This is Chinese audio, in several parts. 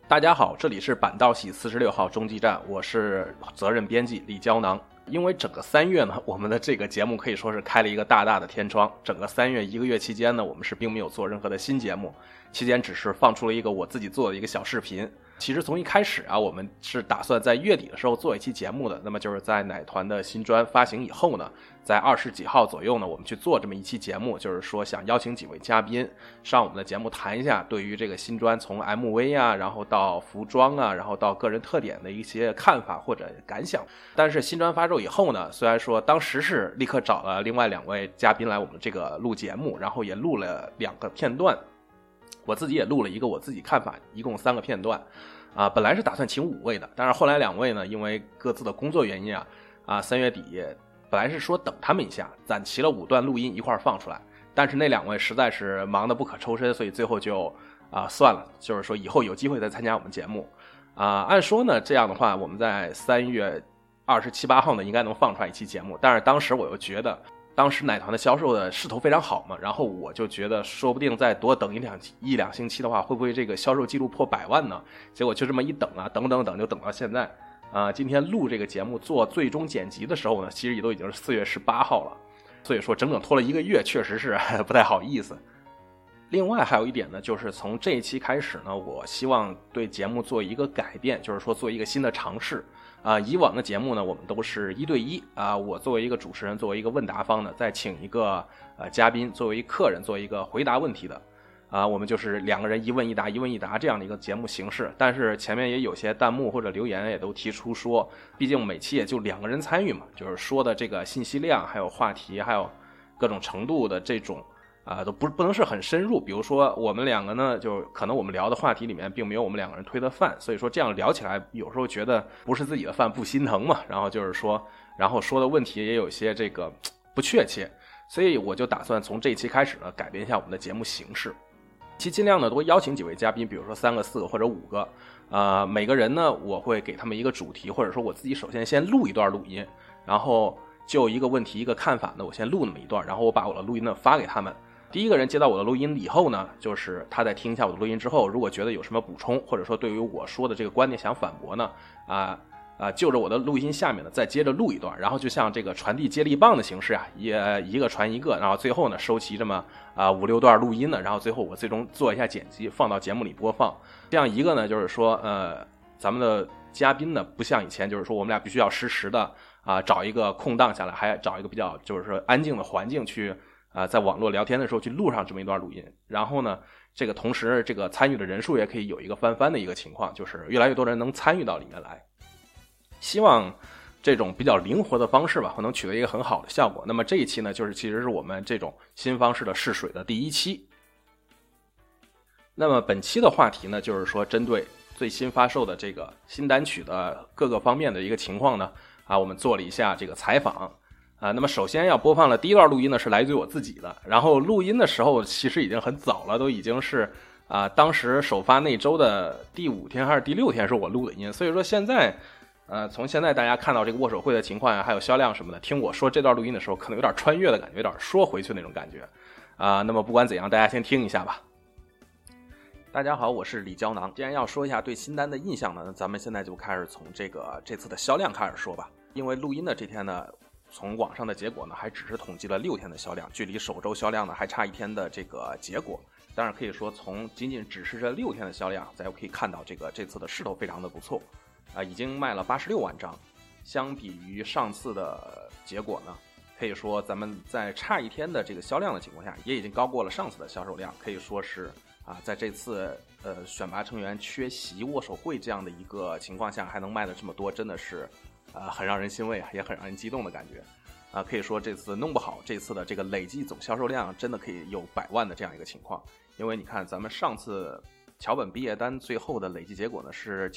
大家好，这里是板道喜46号中继站，我是责任编辑李胶囊。因为整个3月呢，我们的这个节目可以说是开了一个大大的天窗。整个3月1个月期间呢，我们是并没有做任何的新节目，期间只是放出了一个我自己做的一个小视频。其实从一开始啊，我们是打算在月底的时候做一期节目的，那么就是在奶团的新专发行以后呢，在20几号左右呢，我们去做这么一期节目，就是说想邀请几位嘉宾上我们的节目谈一下对于这个新专从 MV 啊，然后到服装啊，然后到个人特点的一些看法或者感想。但是新专发售以后呢，虽然说当时是立刻找了另外2位嘉宾来我们这个录节目，然后也录了2个片段，我自己也录了一个我自己看法，一共3个片段。本来是打算请5位的，但是后来2位呢，因为各自的工作原因3月底本来是说等他们一下，攒齐了5段录音一块放出来，但是那2位实在是忙得不可抽身，所以最后就算了，就是说以后有机会再参加我们节目。按说呢，这样的话我们在3月27、8号呢应该能放出来一期节目，但是当时我又觉得当时奶团的销售的势头非常好嘛，然后我就觉得说不定再多等一两星期的话，会不会这个销售记录破100万呢？结果就这么一等等就等到现在。今天录这个节目做最终剪辑的时候呢，其实也都已经是4月18号了，所以说整整拖了1个月，确实是不太好意思。另外还有一点呢，就是从这一期开始呢，我希望对节目做一个改变，就是说做一个新的尝试。以往的节目呢，我们都是1对1我作为一个主持人，作为一个问答方呢，再请一个嘉宾作为客人做一个回答问题的我们就是2个人一问一答这样的一个节目形式。但是前面也有些弹幕或者留言也都提出说，毕竟每期也就2个人参与嘛，就是说的这个信息量还有话题还有各种程度的这种都不能是很深入。比如说我们2个呢，就可能我们聊的话题里面并没有我们2个人推的饭，所以说这样聊起来有时候觉得不是自己的饭不心疼嘛，然后就是说然后说的问题也有些这个不确切，所以我就打算从这一期开始呢改变一下我们的节目形式，其尽量呢多邀请几位嘉宾，比如说3个4个或者5个每个人呢我会给他们一个主题，或者说我自己首先先录一段录音，然后就一个问题一个看法呢我先录那么一段，然后我把我的录音呢发给他们。第一个人接到我的录音以后呢，就是他在听一下我的录音之后，如果觉得有什么补充，或者说对于我说的这个观点想反驳呢就着我的录音下面呢再接着录一段，然后就像这个传递接力棒的形式也一个传一个，然后最后呢收齐这么5、6段录音呢，然后最后我最终做一下剪辑放到节目里播放。这样一个呢就是说咱们的嘉宾呢不像以前就是说我们俩必须要实时的找一个空档下来，还找一个比较就是说安静的环境去在网络聊天的时候去录上这么一段录音，然后呢这个同时这个参与的人数也可以有一个翻的一个情况，就是越来越多人能参与到里面来。希望这种比较灵活的方式吧，会能取得一个很好的效果。那么这一期呢，就是其实是我们这种新方式的试水的第1期。那么本期的话题呢，就是说针对最新发售的这个新单曲的各个方面的一个情况呢我们做了一下这个采访那么首先要播放的第一段录音呢是来自于我自己的，然后录音的时候其实已经很早了，都已经是当时首发那周的第5天还是第6天是我录的音，所以说现在从现在大家看到这个握手会的情况还有销量什么的，听我说这段录音的时候可能有点穿越的感觉，有点说回去那种感觉那么不管怎样大家先听一下吧。大家好，我是李胶囊。既然要说一下对新单的印象呢，咱们现在就开始从这次的销量开始说吧。因为录音的这天呢，从网上的结果呢还只是统计了6天的销量，距离首周销量呢还差1天的这个结果。当然可以说从仅仅只是这6天的销量，咱可以看到这次的势头非常的不错已经卖了86万张。相比于上次的结果呢，可以说咱们在差1天的这个销量的情况下，也已经高过了上次的销售量，可以说是在这次选拔成员缺席握手会这样的一个情况下还能卖的这么多，真的是很让人欣慰也很让人激动的感觉可以说这次弄不好这次的这个累计总销售量真的可以有100万的这样一个情况。因为你看咱们上次桥本毕业单最后的累计结果呢是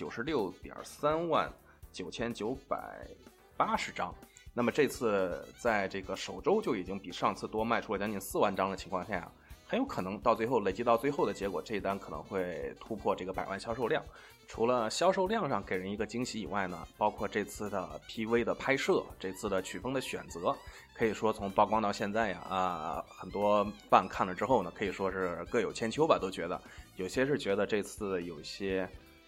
96.3万9980张，那么这次在这个首周就已经比上次多卖出了将近4万张的情况下很有可能到最后累计到最后的结果，这一单可能会突破这个100万销售量。除了销售量上给人一个惊喜以外呢，包括这次的 PV 的拍摄，这次的曲风的选择，可以说从曝光到现在很多饭看了之后呢，可以说是各有千秋吧，都觉得有些是觉得这次有些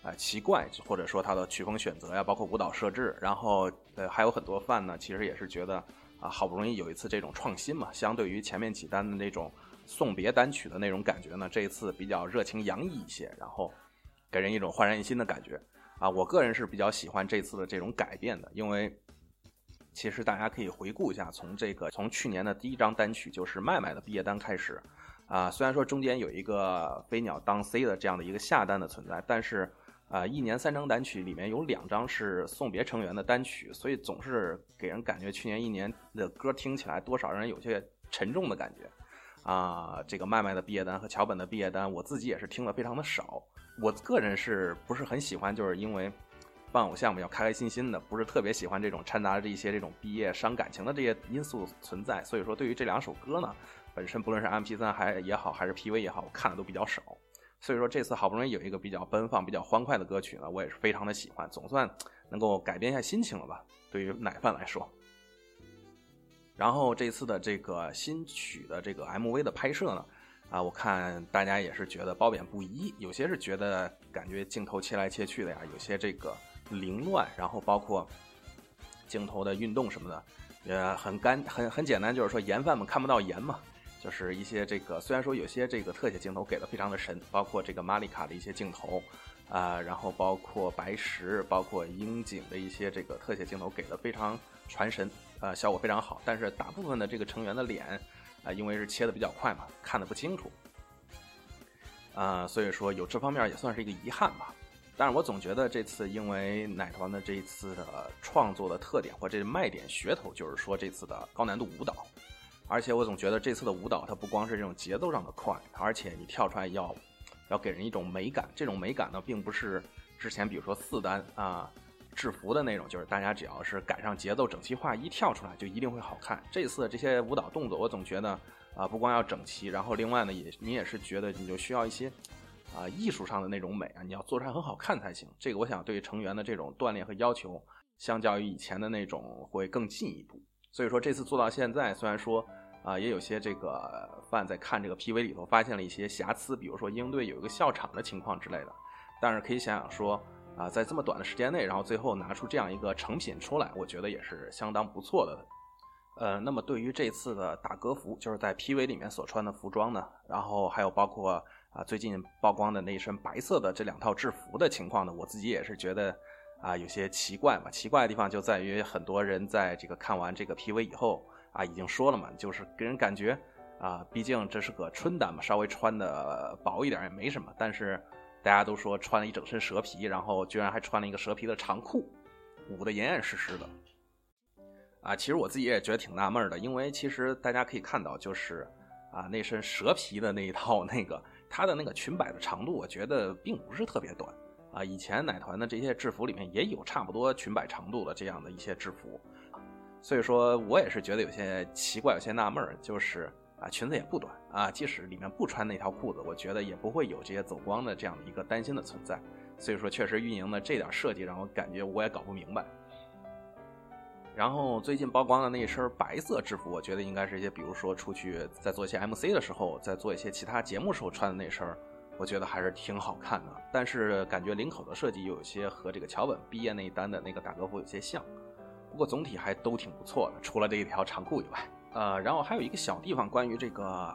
奇怪，或者说它的曲风选择呀，包括舞蹈设置，然后还有很多饭呢，其实也是觉得好不容易有一次这种创新嘛，相对于前面几单的那种送别单曲的那种感觉呢，这一次比较热情洋溢一些，然后给人一种焕然一新的感觉我个人是比较喜欢这次的这种改变的，因为其实大家可以回顾一下，从去年的第一张单曲就是麦麦的毕业单开始虽然说中间有一个飞鸟当 C 的这样的一个下单的存在，但是一年3张单曲里面有2张是送别成员的单曲，所以总是给人感觉去年一年的歌听起来多少让人有些沉重的感觉这个麦麦的毕业单和桥本的毕业单我自己也是听得非常的少，我个人是不是很喜欢，就是因为办偶像嘛，要开开心心的，不是特别喜欢这种掺杂着一些这种毕业伤感情的这些因素存在，所以说对于这2首歌呢，本身不论是 MP3 也好，还是 PV 也好，我看的都比较少，所以说这次好不容易有一个比较奔放比较欢快的歌曲呢，我也是非常的喜欢，总算能够改变一下心情了吧，对于奶饭来说。然后这次的这个新曲的这个 MV 的拍摄呢我看大家也是觉得褒贬不一，有些是觉得感觉镜头切来切去的呀，有些这个凌乱，然后包括镜头的运动什么的很简单，就是说盐饭们看不到盐嘛，就是一些这个虽然说有些这个特写镜头给的非常的神，包括这个玛丽卡的一些镜头然后包括白石包括樱井的一些这个特写镜头给的非常传神效果非常好，但是大部分的这个成员的脸因为是切的比较快嘛，看得不清楚所以说有这方面也算是一个遗憾吧。但是我总觉得这次因为奶团的这一次的创作的特点或者卖点噱头就是说这次的高难度舞蹈，而且我总觉得这次的舞蹈它不光是这种节奏上的快，而且你跳出来要给人一种美感，这种美感呢并不是之前比如说4单制服的那种，就是大家只要是赶上节奏整齐划一跳出来就一定会好看，这次的这些舞蹈动作我总觉得不光要整齐，然后另外呢你也是觉得你就需要一些艺术上的那种美你要做出来很好看才行，这个我想对成员的这种锻炼和要求相较于以前的那种会更进一步，所以说这次做到现在，虽然说也有些这个饭在看这个 PV 里头发现了一些瑕疵，比如说鹰队有一个笑场的情况之类的，但是可以想想说在这么短的时间内，然后最后拿出这样一个成品出来，我觉得也是相当不错的。那么对于这次的打歌服，就是在 PV 里面所穿的服装呢，然后还有包括最近曝光的那一身白色的这2套制服的情况呢，我自己也是觉得有些奇怪嘛。奇怪的地方就在于很多人在这个看完这个 PV 以后已经说了嘛，就是给人感觉毕竟这是个春单嘛，稍微穿的薄一点也没什么，但是大家都说穿了一整身蛇皮，然后居然还穿了一个蛇皮的长裤，捂得严严实实的其实我自己也觉得挺纳闷的，因为其实大家可以看到就是那身蛇皮的那一套它的那个裙摆的长度我觉得并不是特别短以前奶团的这些制服里面也有差不多裙摆长度的这样的一些制服，所以说我也是觉得有些奇怪有些纳闷，就是裙子也不短即使里面不穿那条裤子，我觉得也不会有这些走光的这样的一个担心的存在，所以说确实运营的这点设计让我感觉我也搞不明白。然后最近曝光的那一身白色制服，我觉得应该是一些比如说出去在做一些 MC 的时候，在做一些其他节目时候穿的那身，我觉得还是挺好看的，但是感觉领口的设计又有些和这个桥本毕业那一单的那个打歌服有些像，不过总体还都挺不错的，除了这一条长裤以外然后还有一个小地方，关于这个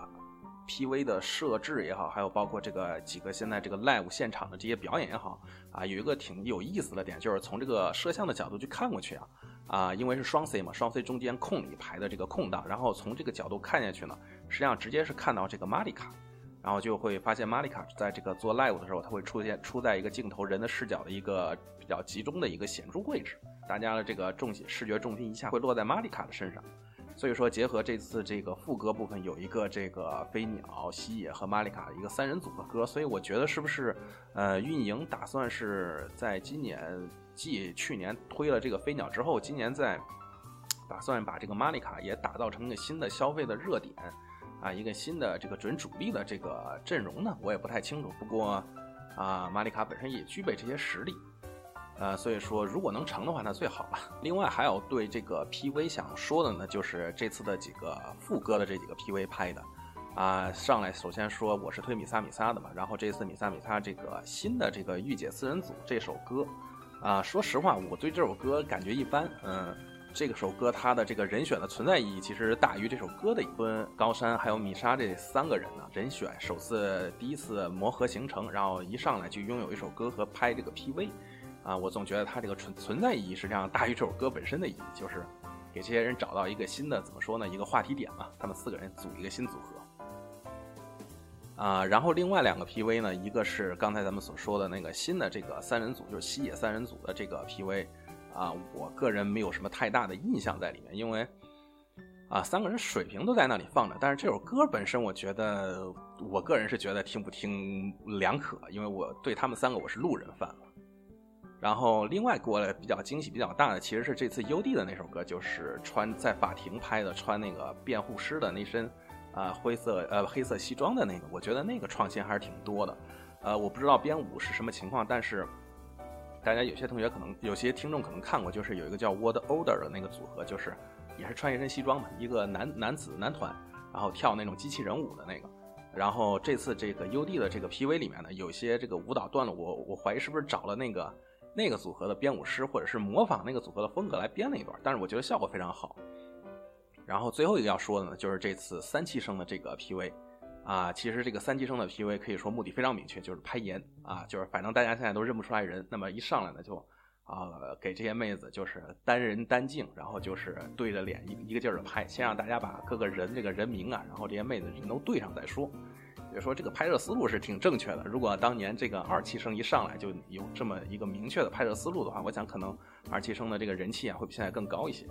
PV 的设置也好，还有包括这个几个现在这个 live 现场的这些表演也好有一个挺有意思的点，就是从这个摄像的角度去看过去因为是双 C 嘛，双 C 中间空里排的这个空档，然后从这个角度看下去呢，实际上直接是看到这个玛丽卡，然后就会发现玛丽卡在这个做 live 的时候，它会出在一个镜头人的视角的一个比较集中的一个显著位置，大家的这个视觉重心一下会落在玛丽卡的身上，所以说结合这次这个副歌部分有一个这个飞鸟、西野和玛丽卡的一个3人组的歌，所以我觉得是不是运营打算是在今年继去年推了这个飞鸟之后，今年再打算把这个玛丽卡也打造成一个新的消费的热点一个新的这个准主力的这个阵容呢，我也不太清楚。不过玛丽卡本身也具备这些实力所以说如果能成的话那最好了。另外还有对这个 PV 想说的呢，就是这次的几个副歌的这几个 PV 拍的上来首先说我是推米萨的嘛，然后这次米萨这个新的这个御姐四人组这首歌说实话我对这首歌感觉一般。这个首歌它的这个人选的存在意义其实大于这首歌的高山还有米莎这3个人呢，人选第一次磨合形成，然后一上来就拥有一首歌和拍这个 PV我总觉得它这个存在意义实际上大于这首歌本身的意义，就是给这些人找到一个新的怎么说呢，一个话题点嘛，他们4个人组一个新组合。然后另外2个 PV 呢，一个是刚才咱们所说的那个新的这个3人组，就是西野3人组的这个 PV我个人没有什么太大的印象在里面，因为3个人水平都在那里放着，但是这首歌本身我个人是觉得听不听两可，因为我对他们3个我是路人范了。然后另外给我比较惊喜比较大的其实是这次 UD 的那首歌，就是在法庭拍的穿那个辩护师的那身黑色西装的那个，我觉得那个创新还是挺多的。我不知道编舞是什么情况，但是大家有些听众可能看过，就是有一个叫 World Order 的那个组合，就是也是穿一身西装嘛，一个男团，然后跳那种机器人舞的那个。然后这次这个 UD 的这个 PV 里面呢，有些这个舞蹈段落，我怀疑是不是找了那个组合的编舞师，或者是模仿那个组合的风格来编了一段，但是我觉得效果非常好。然后最后一个要说的呢，就是这次3期生的这个 PV其实这个3期生的 PV 可以说目的非常明确，就是拍颜就是反正大家现在都认不出来人，那么一上来呢就给这些妹子就是单人单镜，然后就是对着脸一个劲儿的拍，先让大家把各个人这个人名然后这些妹子人都对上再说。比如说这个拍摄思路是挺正确的，如果当年这个2期生一上来就有这么一个明确的拍摄思路的话，我想可能2期生的这个人气会比现在更高一些。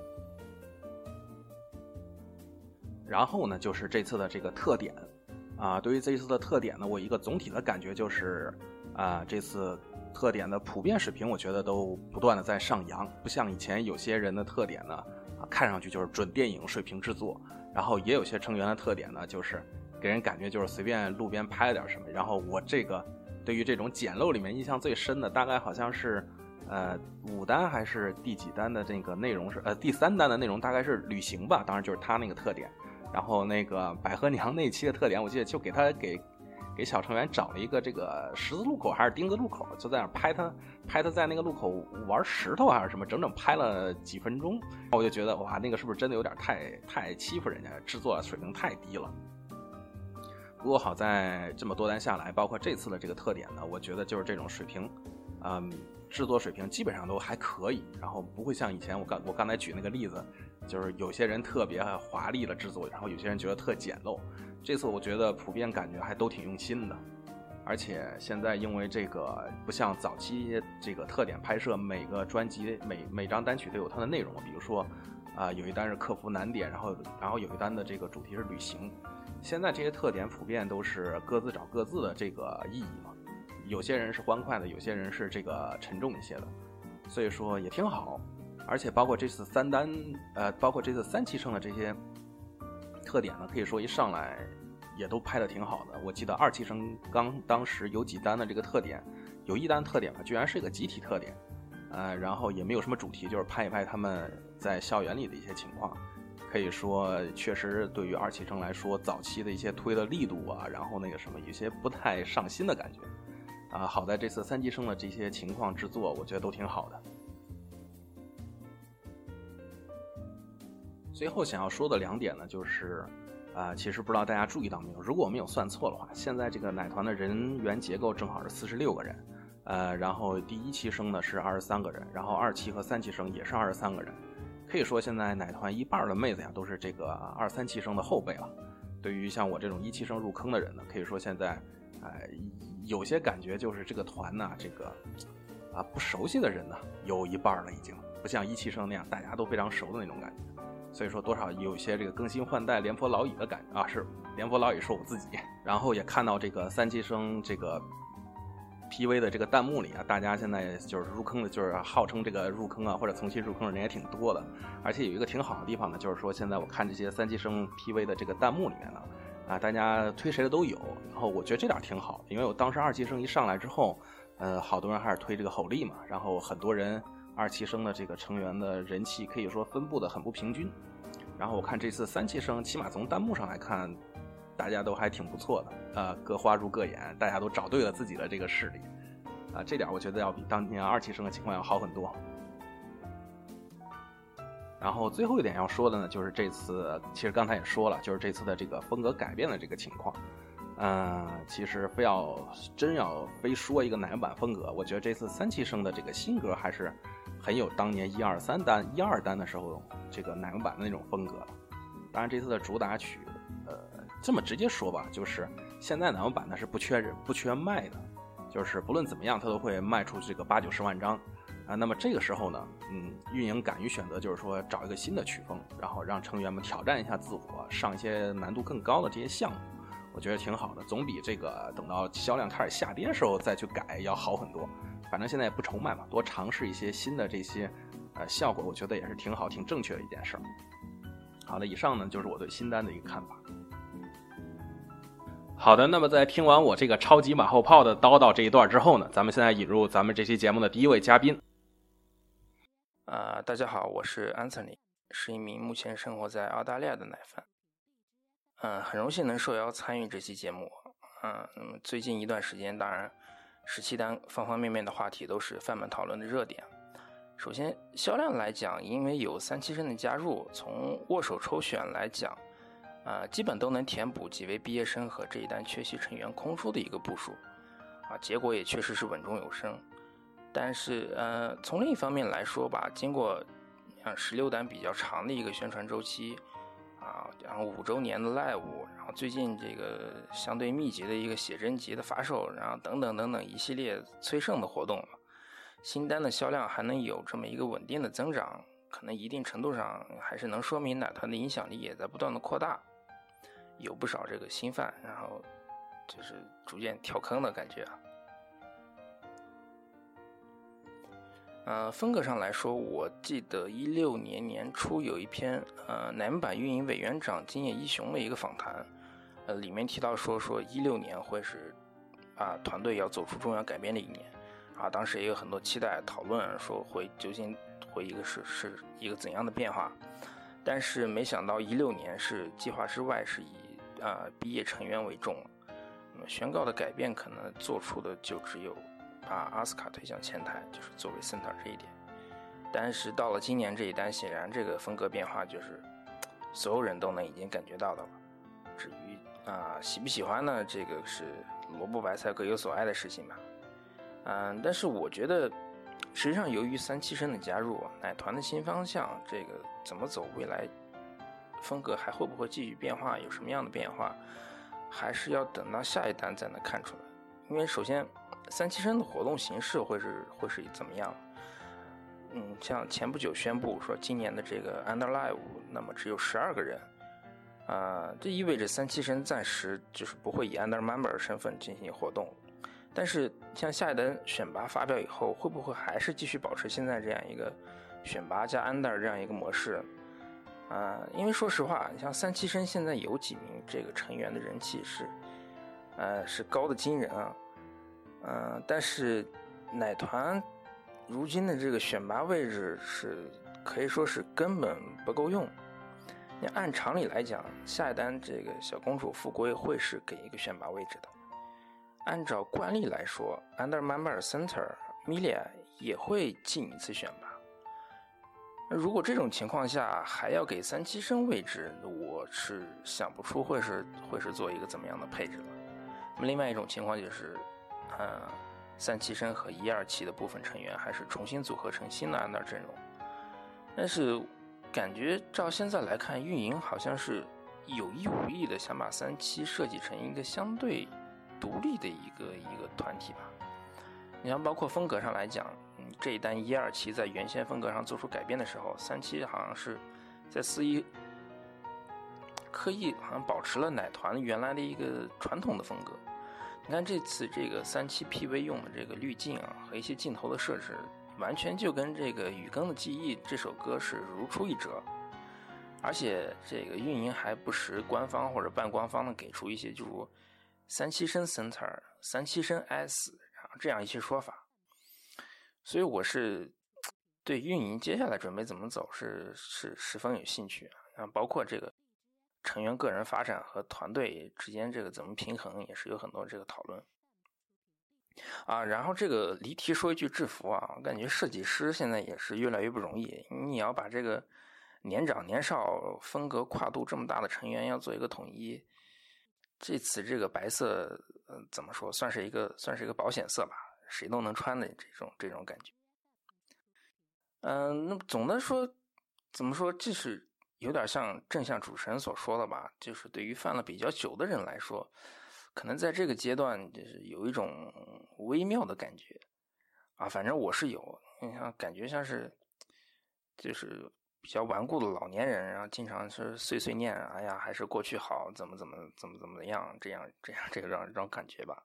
然后呢就是这次的这个特点对于这次的特点呢，我一个总体的感觉就是这次特点的普遍水平我觉得都不断的在上扬，不像以前有些人的特点呢看上去就是准电影水平制作，然后也有些成员的特点呢就是给人感觉就是随便路边拍了点什么。然后我这个对于这种简陋里面印象最深的大概好像是5单还是第几单的这个内容是第3单的内容大概是旅行吧，当然就是他那个特点。然后那个百合娘那期的特点我记得就给给小成员找了一个这个十字路口还是丁字路口，就在那拍他在那个路口玩石头还是什么，整整拍了几分钟。我就觉得哇，那个是不是真的有点太欺负人家，制作水平太低了。不过好在这么多单下来，包括这次的这个特点呢，我觉得就是这种水平制作水平基本上都还可以，然后不会像以前我刚才举那个例子，就是有些人特别华丽的制作，然后有些人觉得特简陋。这次我觉得普遍感觉还都挺用心的，而且现在因为这个不像早期这个特点拍摄，每个专辑每张单曲都有它的内容，比如说有一单是克服难点，然后有一单的这个主题是旅行。现在这些特点普遍都是各自找各自的这个意义嘛，有些人是欢快的，有些人是这个沉重一些的，所以说也挺好。而且包括这次3期生的这些特点呢，可以说一上来也都拍得挺好的。我记得2期生当时有几单的这个特点，有一单特点吧，居然是一个集体特点，然后也没有什么主题，就是拍一拍他们在校园里的一些情况。可以说确实对于2期生来说，早期的一些推的力度然后那个什么有些不太上心的感觉好在这次3期生的这些情况制作我觉得都挺好的。最后想要说的2点呢，就是其实不知道大家注意到没有，如果我没有算错的话，现在这个奶团的人员结构正好是46个人，然后第1期生呢是23个人，然后2期和3期生也是23个人。可以说现在奶团一半的妹子都是这个2、3期生的后辈了。对于像我这种1期生入坑的人呢，可以说现在有些感觉就是这个团呢，这个不熟悉的人呢有一半了，已经不像1期生那样大家都非常熟的那种感觉。所以说多少有些这个更新换代廉颇老矣的感觉是廉颇老矣说我自己。然后也看到这个3期生这个 PV 的这个弹幕里大家现在就是入坑的，就是号称这个入坑或者重新入坑的人也挺多的。而且有一个挺好的地方呢，就是说现在我看这些3期生 PV 的这个弹幕里面呢大家推谁的都有，然后我觉得这点挺好，因为我当时2期生一上来之后好多人还是推这个吼力嘛，然后很多人2期生的这个成员的人气可以说分布的很不平均。然后我看这次3期生起码从弹幕上来看大家都还挺不错的，各花入各眼，大家都找对了自己的这个势力，这点我觉得要比当年二期生的情况要好很多。然后最后一点要说的呢，就是这次其实刚才也说了，就是这次的这个风格改变的这个情况。其实真要非说一个乃木坂风格，我觉得这次3期生的这个新歌还是很有当年1、2、3单、1、2单的时候这个乃木坂的那种风格了。当然这次的主打曲，这么直接说吧，就是现在乃木坂呢是不缺卖的，就是不论怎么样，它都会卖出这个8、90万张。那么这个时候呢，运营敢于选择，就是说找一个新的曲风，然后让成员们挑战一下自我，上一些难度更高的这些项目，我觉得挺好的，总比这个等到销量开始下跌的时候再去改要好很多。反正现在也不愁卖嘛，多尝试一些新的这些效果，我觉得也是挺好、挺正确的一件事儿。好的，以上呢就是我对新单的一个看法。好的，那么在听完我这个超级马后炮的叨叨这一段之后呢，咱们现在引入咱们这期节目的第一位嘉宾。 大家好，我是 Anthony， 是一名目前生活在澳大利亚的奶粉。很荣幸能受邀参与这期节目。最近一段时间，当然17单方方面面的话题都是泛们讨论的热点。首先销量来讲，因为有3期生的加入，从握手抽选来讲，基本都能填补几位毕业生和这一单缺席成员空出的一个部署，结果也确实是稳中有升。但是从另一方面来说吧，经过16单比较长的一个宣传周期然后5周年的 live， 然后最近这个相对密集的一个写真集的发售，然后等等等等一系列催生的活动，新单的销量还能有这么一个稳定的增长，可能一定程度上还是能说明奶团的影响力也在不断的扩大，有不少这个新饭，然后就是逐渐跳坑的感觉风格上来说，我记得16年年初有一篇乃木坂运营委员长金野一雄的一个访谈，里面提到说16年会是团队要走出重要改变的一年当时也有很多期待讨论，说究竟会是一个怎样的变化，但是没想到16年是计划之外，是以毕业成员为重，那么宣告的改变可能做出的就只有把阿斯卡推向前台，就是作为 center 这一点。但是到了今年这一单，显然这个风格变化就是所有人都能已经感觉到的了。至于喜不喜欢呢，这个是萝卜白菜各有所爱的事情吧。但是我觉得实际上由于3期生的加入，奶团的新方向这个怎么走，未来风格还会不会继续变化，有什么样的变化，还是要等到下一单才能看出来。因为首先3期生的活动形式会是怎么样？像前不久宣布说今年的这个 Under Live， 那么只有12个人，这意味着3期生暂时就是不会以 Under Member 身份进行活动。但是像下一单选拔发表以后，会不会还是继续保持现在这样一个选拔加 Under 这样一个模式？因为说实话，你像3期生现在有几名这个成员的人气是高的惊人但是奶团如今的这个选拔位置是可以说是根本不够用。你按常理来讲，下一单这个小公主富贵会是给一个选拔位置的。按照惯例来说 ，Under Member Center Milia 也会进一次选拔。如果这种情况下还要给3期生位置，我是想不出会是做一个怎么样的配置了。那么另外一种情况就是3期生和1、2期的部分成员还是重新组合成新的 Under 阵容，但是感觉照现在来看，运营好像是有意无意的想把3期设计成一个相对独立的一个团体吧。你像包括风格上来讲，这一单1、2期在原先风格上做出改变的时候，3期好像是在肆意刻意好像保持了奶团原来的一个传统的风格。你看这次这个3期 PV 用的这个滤镜和一些镜头的设置，完全就跟这个雨更的记忆这首歌是如出一辙。而且这个运营还不时官方或者半官方的给出一些就如3期生 Center、3期生 S 然后这样一些说法。所以我是对运营接下来准备怎么走是十分有兴趣包括这个成员个人发展和团队之间这个怎么平衡，也是有很多这个讨论。然后这个离题说一句制服啊，我感觉设计师现在也是越来越不容易，你要把这个年长年少风格跨度这么大的成员要做一个统一，这次这个白色怎么说，算是一个保险色吧，谁都能穿的这种感觉。那么总的说怎么说，这是有点像正像主持人所说的吧，就是对于犯了比较久的人来说，可能在这个阶段就是有一种微妙的感觉反正我是有，你看感觉像是就是比较顽固的老年人，然后经常是碎碎念，哎呀还是过去好，怎么样，这样这个让感觉吧。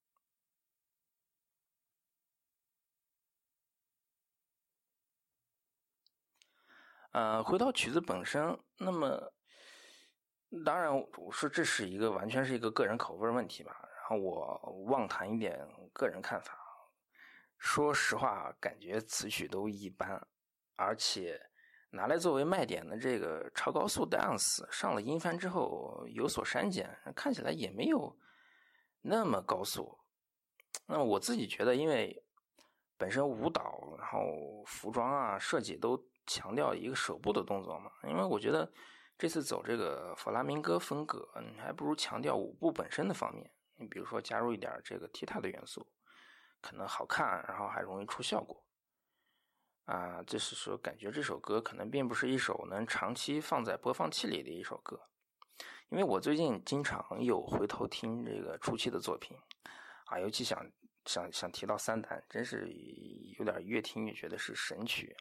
回到曲子本身，那么当然我说这是完全是一个个人口味问题吧，然后我妄谈一点个人看法。说实话，感觉词曲都一般，而且拿来作为卖点的这个超高速 dance 上了音翻之后有所删减，看起来也没有那么高速。那么我自己觉得，因为本身舞蹈然后服装设计都强调一个手部的动作嘛，因为我觉得这次走这个弗拉明戈风格，你还不如强调舞步本身的方面，你比如说加入一点这个踢踏的元素，可能好看，然后还容易出效果就是说感觉这首歌可能并不是一首能长期放在播放器里的一首歌。因为我最近经常有回头听这个初期的作品尤其想提到三弹，真是有点越听越觉得是神曲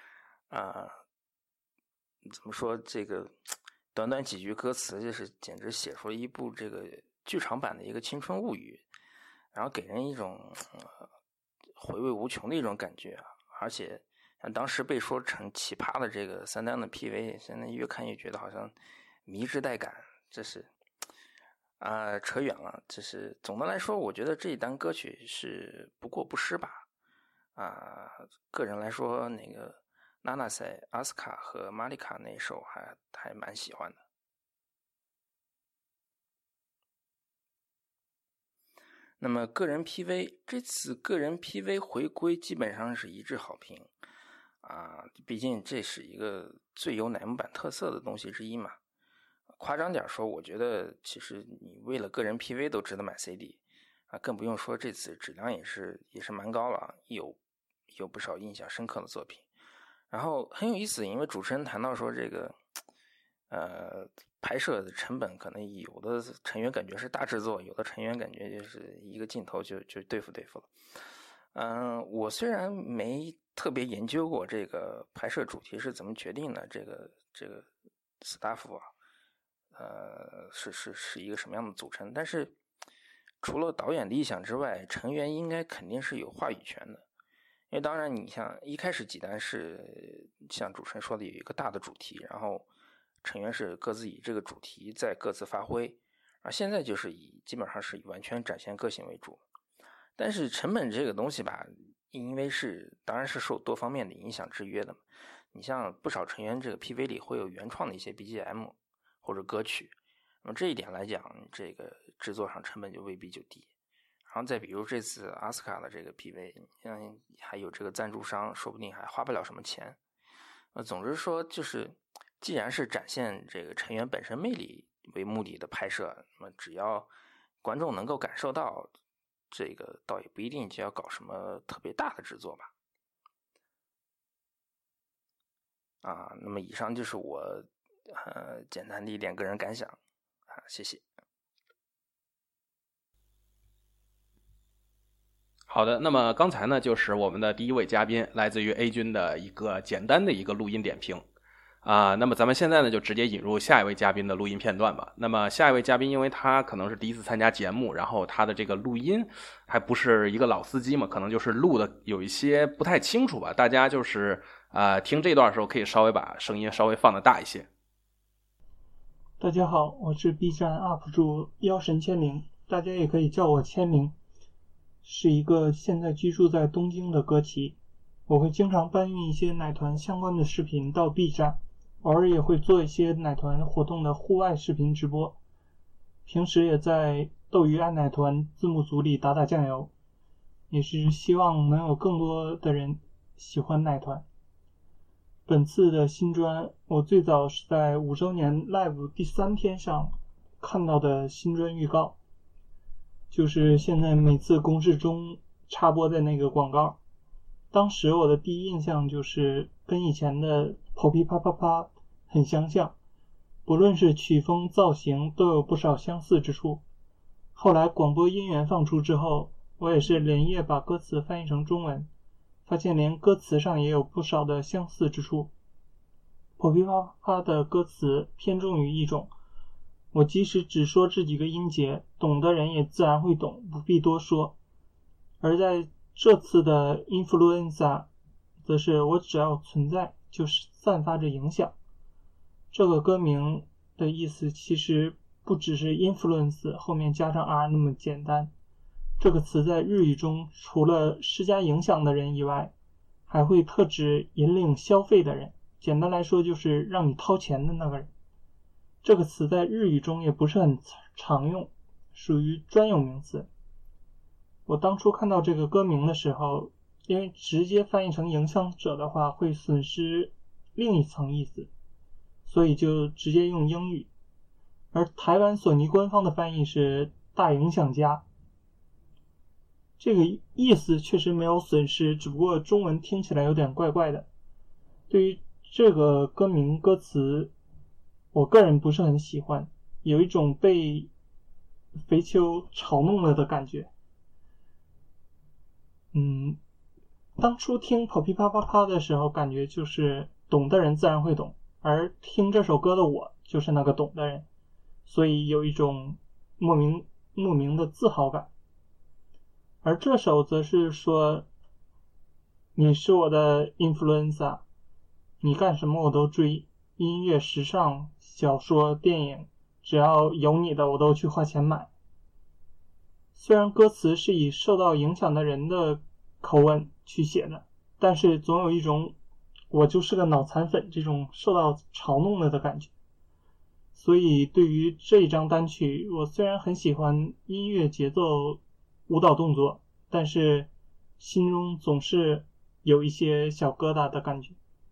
怎么说，这个短短几句歌词就是简直写出了一部这个剧场版的一个青春物语，然后给人一种回味无穷的一种感觉而且像当时被说成奇葩的这个三单的 PV， 现在越看越觉得好像迷之带感，这是扯远了。这是总的来说，我觉得这一单歌曲是不过不失吧个人来说，那个娜娜塞、阿斯卡和玛丽卡那首还蛮喜欢的。那么个人 PV， 这次个人 PV 回归基本上是一致好评毕竟这是一个最有乃木坂特色的东西之一嘛。夸张点说，我觉得其实你为了个人 PV 都值得买 CD更不用说这次质量也是蛮高了有不少印象深刻的作品。然后很有意思，因为主持人谈到说这个拍摄的成本可能有的成员感觉是大制作，有的成员感觉就是一个镜头就对付了。我虽然没特别研究过这个拍摄主题是怎么决定的，这个 staff 是一个什么样的组成，但是除了导演的意向之外，成员应该肯定是有话语权的。因为当然你像一开始几单是像主持人说的有一个大的主题，然后成员是各自以这个主题在各自发挥，而现在就是基本上是以完全展现个性为主。但是成本这个东西吧，因为当然是受多方面的影响制约的嘛。你像不少成员这个 PV 里会有原创的一些 BGM 或者歌曲，那么这一点来讲，这个制作上成本就未必就低。然后再比如这次阿斯卡的这个 PV， 像还有这个赞助商，说不定还花不了什么钱。总之说，就是既然是展现这个成员本身魅力为目的的拍摄，那么只要观众能够感受到，这个倒也不一定就要搞什么特别大的制作吧。那么以上就是我简单的一点个人感想谢谢。 好的，那么刚才呢就是我们的第一位嘉宾，来自于 A 君的一个简单的一个录音点评那么咱们现在呢就直接引入下一位嘉宾的录音片段吧。那么下一位嘉宾因为他可能是第一次参加节目，然后他的这个录音还不是一个老司机嘛，可能就是录的有一些不太清楚吧，大家就是听这段的时候可以稍微把声音稍微放得大一些。 大家好，我是 B 站 UP 主妖神千灵，大家也可以叫我千灵，是一个现在居住在东京的歌旗。我会经常搬运一些奶团相关的视频到 B 站， 偶尔也会做一些奶团活动的户外视频直播，平时也在斗鱼爱奶团字幕组里打打酱油，也是希望能有更多的人喜欢奶团。本次的新专，我最早是在5周年 Live 第3天上看到的新专预告，就是现在每次公示中插播的那个广告。当时我的第一印象就是跟以前的跑噼啪啪啪很相像，不论是曲风造型都有不少相似之处。后来广播音源放出之后，我也是连夜把歌词翻译成中文，发现连歌词上也有不少的相似之处。跑噼啪啪的歌词偏重于一种，我即使只说这几个音节，懂的人也自然会懂，不必多说。而在这次的 Influenza 则是我只要存在就是散发着影响。这个歌名的意思其实不只是 influence 后面加上 r 那么简单，这个词在日语中除了施加影响的人以外，还会特指引领消费的人，简单来说就是让你掏钱的那个人。这个词在日语中也不是很常用，属于专有名词。我当初看到这个歌名的时候，因为直接翻译成影响者的话会损失另一层意思，所以就直接用英语。而台湾索尼官方的翻译是大影响家，这个意思确实没有损失，只不过中文听起来有点怪怪的。对于这个歌名歌词，我个人不是很喜欢，有一种被肥秋嘲弄了的感觉。当初听跑噼啪啪啪的时候，感觉就是懂的人自然会懂，而听这首歌的我就是那个懂的人，所以有一种莫名的自豪感。而这首则是说，你是我的 influencer， 你干什么我都追，音乐、时尚、小说、电影，只要有你的我都去花钱买。虽然歌词是以受到影响的人的口吻去写的，但是总有一种我就是个脑残粉这种受到嘲弄了的感觉。所以对于这一张单曲，我虽然很喜欢音乐、节奏、舞蹈动作，但是心中总是有一些小疙瘩的感觉。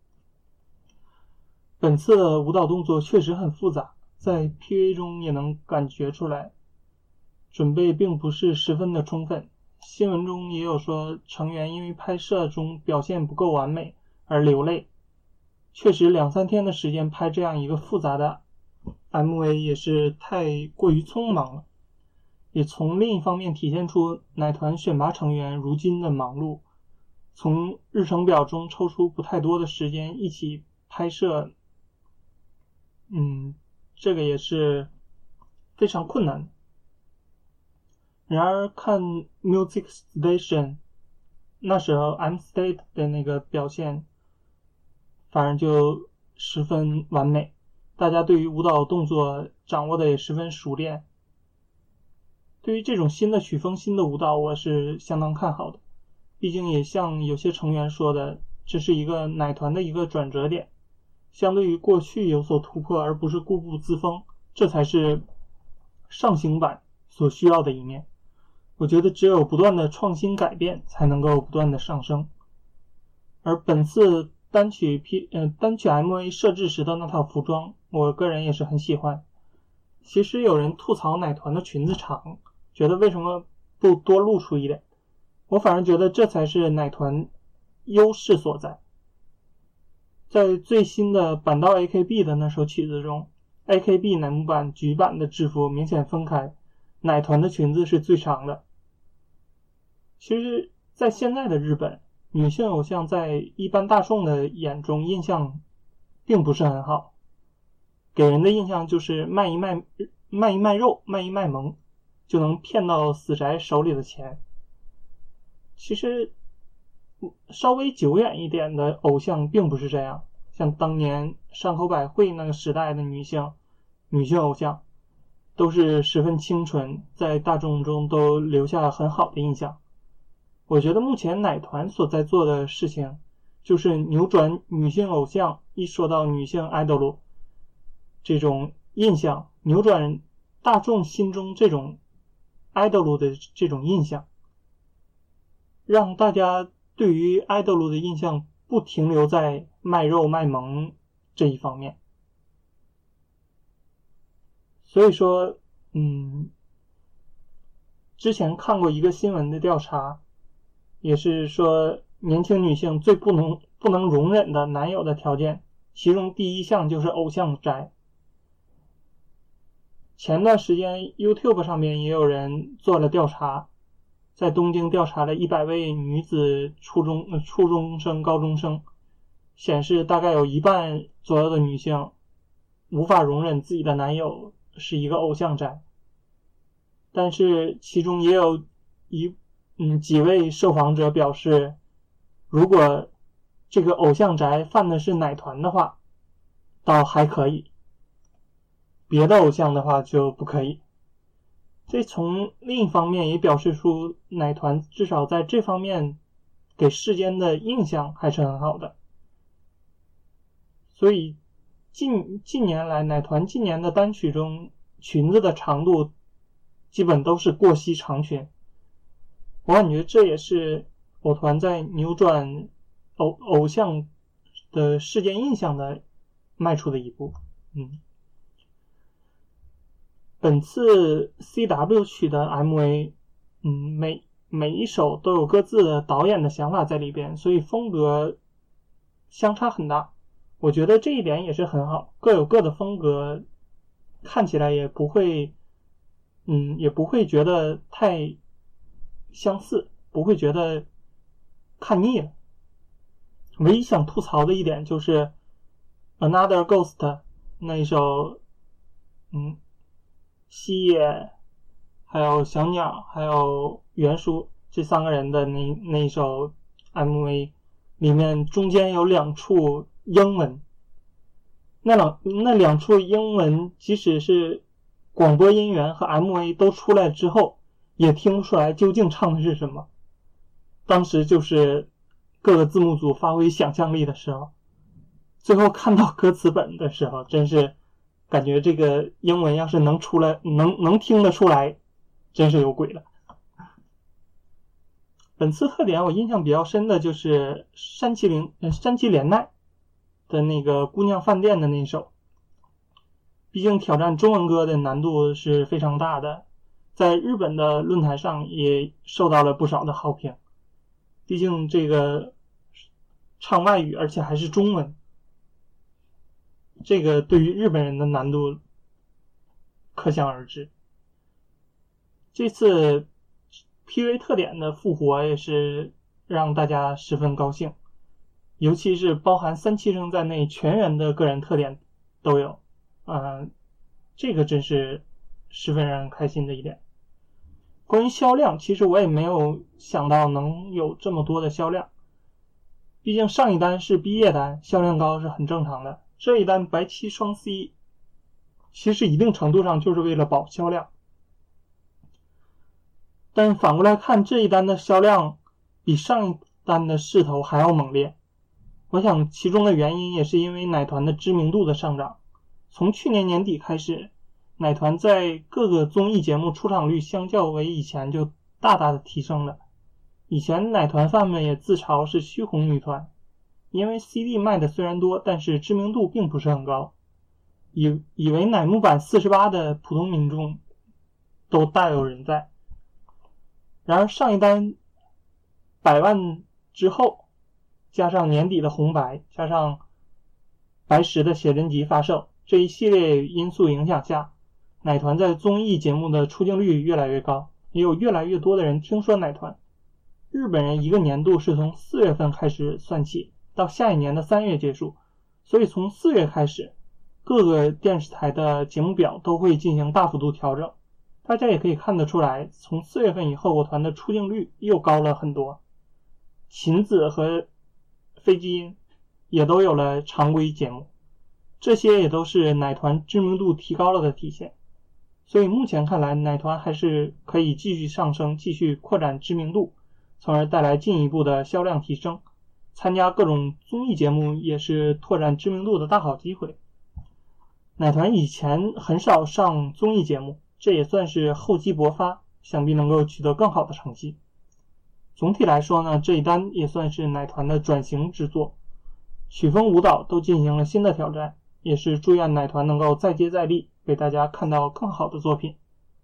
本次的舞蹈动作确实很复杂，在 PV 中也能感觉出来，准备并不是十分的充分。新闻中也有说成员因为拍摄中表现不够完美而流泪。确实2-3天的时间拍这样一个复杂的 MV 也是太过于匆忙了，也从另一方面体现出奶团选拔成员如今的忙碌，从日程表中抽出不太多的时间一起拍摄，这个也是非常困难的。然而看 Music Station 那时候 M State 的那个表现反而就十分完美，大家对于舞蹈动作掌握的也十分熟练。对于这种新的曲风、新的舞蹈，我是相当看好的。毕竟也像有些成员说的，这是一个奶团的一个转折点，相对于过去有所突破，而不是固步自封，这才是上行版所需要的一面。我觉得只有不断的创新改变，才能够不断的上升。而本次单曲 MV 设置时的那套服装，我个人也是很喜欢。其实有人吐槽奶团的裙子长，觉得为什么不多露出一点，我反而觉得这才是奶团优势所在。在最新的板道 AKB 的那首曲子中， AKB 乃木坂、菊坂的制服明显分开，奶团的裙子是最长的。其实在现在的日本，女性偶像在一般大众的眼中印象并不是很好，给人的印象就是卖一卖肉，卖一卖萌，就能骗到死宅手里的钱。其实稍微久远一点的偶像并不是这样，像当年山口百惠那个时代的女性偶像都是十分清纯，在大众中都留下很好的印象。我觉得目前奶团所在做的事情就是扭转女性偶像，一说到女性 idol 这种印象，扭转大众心中这种 idol 的这种印象，让大家对于 idol 的印象不停留在卖肉卖萌这一方面。所以说之前看过一个新闻的调查，也是说年轻女性最不能容忍的男友的条件，其中第一项就是偶像宅。前段时间 YouTube 上面也有人做了调查，在东京调查了100位女子初中生、高中生，显示大概有1半左右的女性无法容忍自己的男友是一个偶像宅。但是其中也有几位受访者表示，如果这个偶像宅犯的是奶团的话，倒还可以，别的偶像的话就不可以。这从另一方面也表示出奶团至少在这方面给世间的印象还是很好的。所以近年来奶团近年的单曲中，裙子的长度基本都是过膝长裙，我感觉这也是偶团在扭转偶像的世间印象的迈出的一步。本次 CW 曲的 MV 每一首都有各自的导演的想法在里边，所以风格相差很大。我觉得这一点也是很好，各有各的风格，看起来也不会觉得太相似，不会觉得看腻了。唯一想吐槽的一点就是 Another Ghost 那一首西野还有小鸟还有袁叔这3个人的那一首 MV 里面中间有2处英文，那两处英文即使是广播音源和 MV 都出来之后也听不出来究竟唱的是什么。当时就是各个字幕组发挥想象力的时候，最后看到歌词本的时候，真是感觉这个英文要是能出来能听得出来，真是有鬼了。本次特点我印象比较深的就是山崎怜奈的那个姑娘饭店的那首，毕竟挑战中文歌的难度是非常大的，在日本的论坛上也受到了不少的好评。毕竟这个唱外语而且还是中文，这个对于日本人的难度可想而知。这次 PV 特点的复活也是让大家十分高兴，尤其是包含三期生在内全员的个人特点都有，这个真是十分让人开心的一点。关于销量，其实我也没有想到能有这么多的销量，毕竟上一单是毕业单，销量高是很正常的。这一单白七双 C 其实一定程度上就是为了保销量，但反过来看，这一单的销量比上一单的势头还要猛烈。我想其中的原因也是因为奶团的知名度的上涨。从去年年底开始，奶团在各个综艺节目出场率相较为以前就大大的提升了。以前奶团饭们也自嘲是虚红女团，因为 CD 卖的虽然多，但是知名度并不是很高，以为乃木坂48的普通民众都大有人在。然而上一单100万之后，加上年底的红白，加上白石的写真集发售，这一系列因素影响下，奶团在综艺节目的出镜率越来越高，也有越来越多的人听说奶团。日本人一个年度是从4月份开始算起，到下一年的3月结束，所以从4月开始，各个电视台的节目表都会进行大幅度调整。大家也可以看得出来，从4月份以后，我团的出镜率又高了很多。琴子和飞机音也都有了常规节目，这些也都是奶团知名度提高了的体现。所以目前看来，奶团还是可以继续上升，继续扩展知名度，从而带来进一步的销量提升。 参加各种综艺节目也是拓展知名度的大好机会。奶团以前很少上综艺节目，这也算是厚积薄发，想必能够取得更好的成绩。总体来说呢，这一单也算是奶团的转型之作，曲风舞蹈都进行了新的挑战，也是祝愿奶团能够再接再厉，为大家看到更好的作品。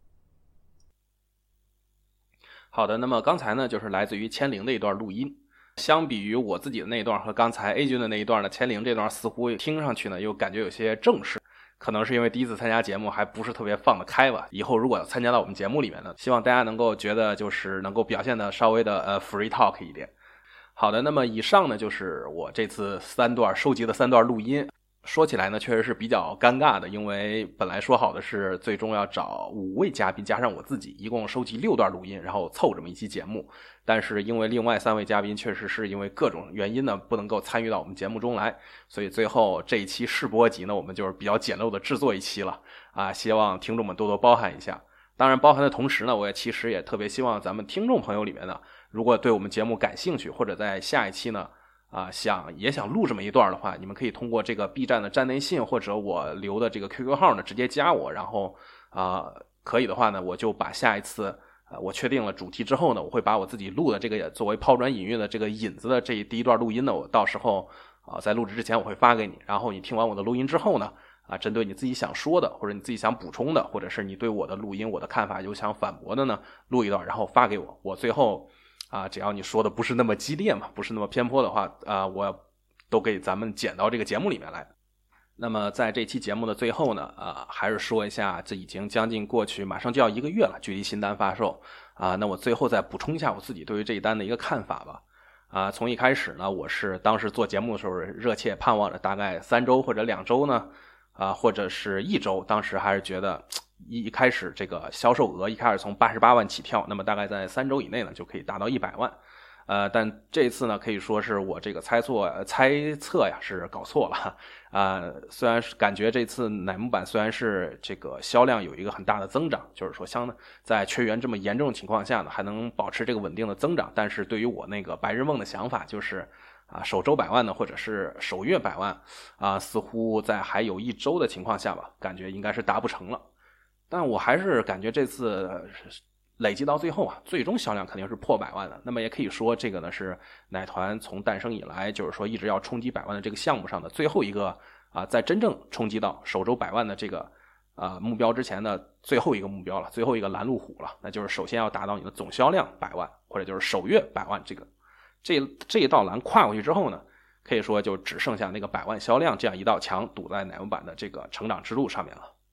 好的，那么刚才呢就是来自于千灵的一段录音，相比于我自己的那一段和刚才 A 君的那一段呢，千灵这段似乎听上去呢又感觉有些正式，可能是因为第一次参加节目还不是特别放得开吧。以后如果要参加到我们节目里面呢，希望大家能够觉得就是能够表现的稍微的free talk 一点。好的，那么以上呢就是我这次收集的3段录音。说起来呢确实是比较尴尬的，因为本来说好的是最终要找5位嘉宾加上我自己，一共收集6段录音，然后凑这么一期节目。但是因为另外3位嘉宾确实是因为各种原因呢不能够参与到我们节目中来，所以最后这一期试播集呢我们就是比较简陋的制作一期了希望听众们多多包涵一下。当然包含的同时呢，我其实也特别希望咱们听众朋友里面呢，如果对我们节目感兴趣，或者在下一期呢也想录这么一段的话，你们可以通过这个 B 站的站内信或者我留的这个 QQ 号呢直接加我，然后可以的话呢，我就把下一次我确定了主题之后呢，我会把我自己录的这个作为抛砖引玉的这个引子的这第一段录音呢，我到时候在录制之前我会发给你，然后你听完我的录音之后呢针对你自己想说的或者你自己想补充的，或者是你对我的录音我的看法有想反驳的呢，录一段然后发给我，我最后只要你说的不是那么激烈嘛，不是那么偏颇的话我都给咱们剪到这个节目里面来。那么在这期节目的最后呢还是说一下，这已经将近过去马上就要1个月了，距离新单发售那我最后再补充一下我自己对于这一单的一个看法吧从一开始呢，我是当时做节目的时候热切盼望着大概3周或者2周呢或者是1周，当时还是觉得一开始这个销售额一开始从88万起跳，那么大概在3周以内呢就可以达到100万但这次呢可以说是我这个猜测呀是搞错了虽然是感觉这次乃木坂虽然是这个销量有一个很大的增长，就是说在缺员这么严重的情况下呢还能保持这个稳定的增长，但是对于我那个白日梦的想法就是首周100万呢或者是首月100万似乎在还有1周的情况下吧，感觉应该是达不成了。但我还是感觉这次累积到最后最终销量肯定是破100万的。那么也可以说这个呢是奶团从诞生以来就是说一直要冲击100万的这个项目上的最后一个在真正冲击到首周100万的这个目标之前的最后一个目标了，最后一个拦路虎了，那就是首先要达到你的总销量100万，或者就是首月100万，这一道栏跨过去之后呢，可以说就只剩下那个100万销量这样一道墙堵在乃木坂的这个成长之路上面了。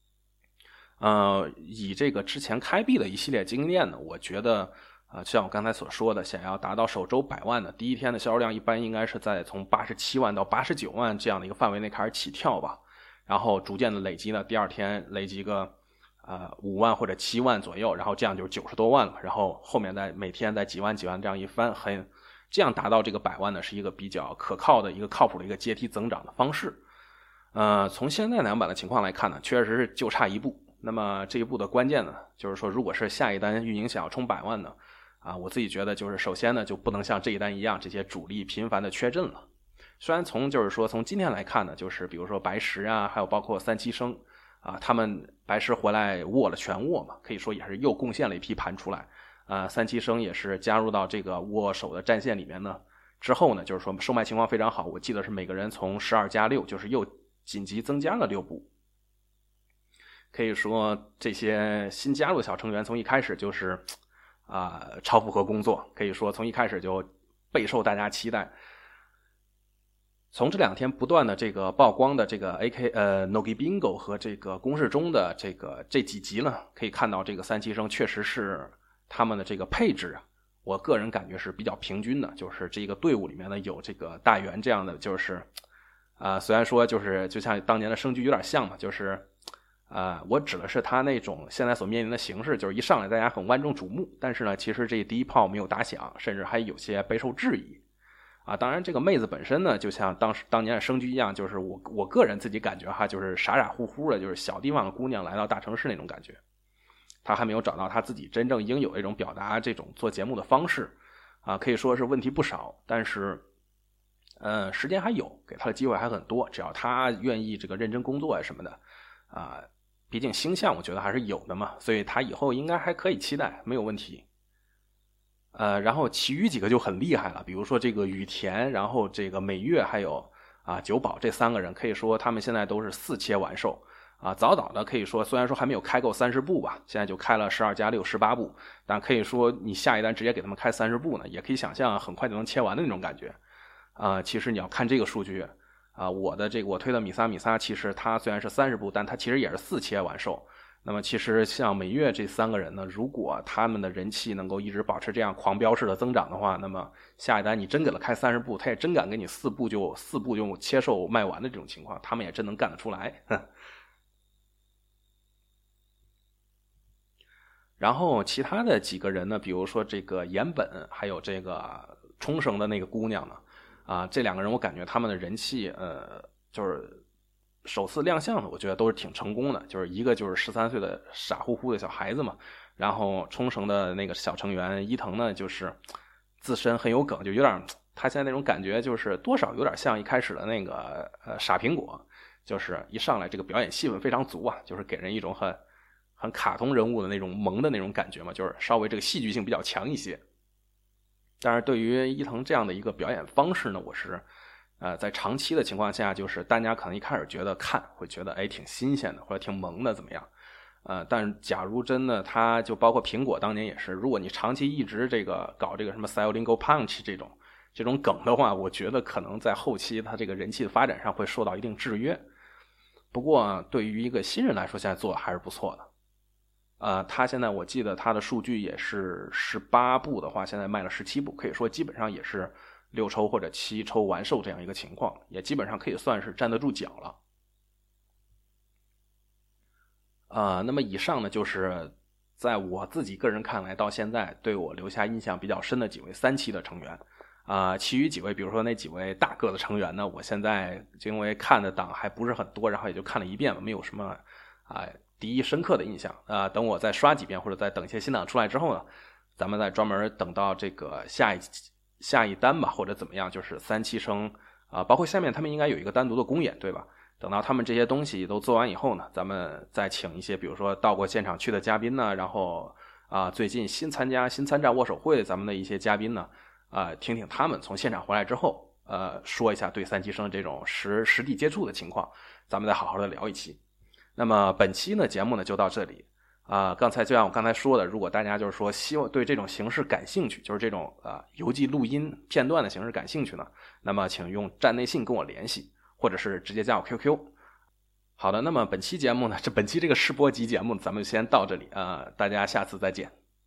以这个之前开币的一系列经验呢，我觉得像我刚才所说的，想要达到首周100万的第一天的销量一般应该是在从87万到89万这样的一个范围内开始起跳吧，然后逐渐的累积呢，第二天累积个5万或者7万左右，然后这样就是90多万了，然后后面再每天再几万这样一番，这样达到这个100万呢是一个比较可靠的一个靠谱的一个阶梯增长的方式。从现在乃木坂的情况来看呢，确实是就差一步。那么这一步的关键呢，就是说如果是下一单运营想要冲100万呢我自己觉得就是首先呢就不能像这一单一样这些主力频繁的缺阵了。虽然从今天来看呢，就是比如说白石还有包括三期生他们白石回来握了全握嘛，可以说也是又贡献了一批盘出来三期生也是加入到这个握手的战线里面呢，之后呢就是说售卖情况非常好，我记得是每个人从12+6就是又紧急增加了6部。可以说这些新加入的小成员从一开始就是超负荷工作，可以说从一开始就备受大家期待。从这2天不断的这个曝光的这个 Nogi Bingo 和这个公式中的这几集呢，可以看到这个三期生确实是他们的这个配置我个人感觉是比较平均的，就是这个队伍里面呢有这个大元这样的，就是虽然说就是就像当年的生驹有点像嘛，就是我指的是他那种现在所面临的形势，就是一上来大家很万众瞩目，但是呢其实这第一炮没有打响，甚至还有些备受质疑当然这个妹子本身呢就像当年的生驹一样，就是我个人自己感觉就是傻傻乎乎的，就是小地方的姑娘来到大城市那种感觉，她还没有找到她自己真正应有的一种表达这种做节目的方式可以说是问题不少。但是时间还有，给他的机会还很多，只要他愿意这个认真工作啊什么的啊，毕竟星象我觉得还是有的嘛，所以他以后应该还可以期待，没有问题。然后其余几个就很厉害了，比如说这个羽田，然后这个美月还有久保这3个人，可以说他们现在都是4切完售早早的可以说，虽然说还没有开够30部吧，现在就开了12+6 18部，但可以说你下一单直接给他们开30部呢，也可以想象很快就能切完的那种感觉其实你要看这个数据我推的米萨，其实它虽然是30部，但它其实也是4切完售。那么其实像美月这3个人呢，如果他们的人气能够一直保持这样狂飙式的增长的话，那么下一单你真给了开30部，他也真敢给你4部就切售卖完的这种情况，他们也真能干得出来。然后其他的几个人呢，比如说这个岩本，还有这个冲绳的那个姑娘呢，这2个人我感觉他们的人气就是首次亮相的，我觉得都是挺成功的。就是一个就是13岁的傻乎乎的小孩子嘛，然后冲绳的那个小成员伊藤呢，就是自身很有梗，就有点他现在那种感觉，就是多少有点像一开始的那个傻苹果，就是一上来这个表演戏份非常足啊，就是给人一种很卡通人物的那种萌的那种感觉嘛，就是稍微这个戏剧性比较强一些。但是对于伊藤这样的一个表演方式呢，我是在长期的情况下，就是大家可能一开始会觉得挺新鲜的，或者挺萌的怎么样但假如真的他就包括苹果当年也是，如果你长期一直这个搞这个什么 Sayolingo Punch 这种梗的话，我觉得可能在后期他这个人气的发展上会受到一定制约。不过对于一个新人来说，现在做的还是不错的他现在我记得他的数据也是18部的话，现在卖了17部，可以说基本上也是6抽或者7抽完售这样一个情况，也基本上可以算是站得住脚了。那么以上呢，就是在我自己个人看来，到现在对我留下印象比较深的几位3期的成员其余几位，比如说那几位大个的成员呢，我现在因为看的档还不是很多，然后也就看了一遍了，没有什么第一深刻的印象等我再刷几遍，或者再等一些新档出来之后呢，咱们再专门等到这个下一单吧，或者怎么样，就是3期生包括下面他们应该有一个单独的公演，对吧？等到他们这些东西都做完以后呢，咱们再请一些比如说到过现场去的嘉宾呢，然后最近新参战握手会咱们的一些嘉宾呢听听他们从现场回来之后说一下对3期生这种实地接触的情况，咱们再好好的聊一期。那么本期呢节目呢就到这里刚才就像我刚才说的，如果大家就是说希望对这种形式感兴趣，就是这种邮寄录音片段的形式感兴趣呢，那么请用站内信跟我联系，或者是直接加我 QQ。 好的，那么本期节目呢，本期这个试播集节目咱们先到这里大家下次再见。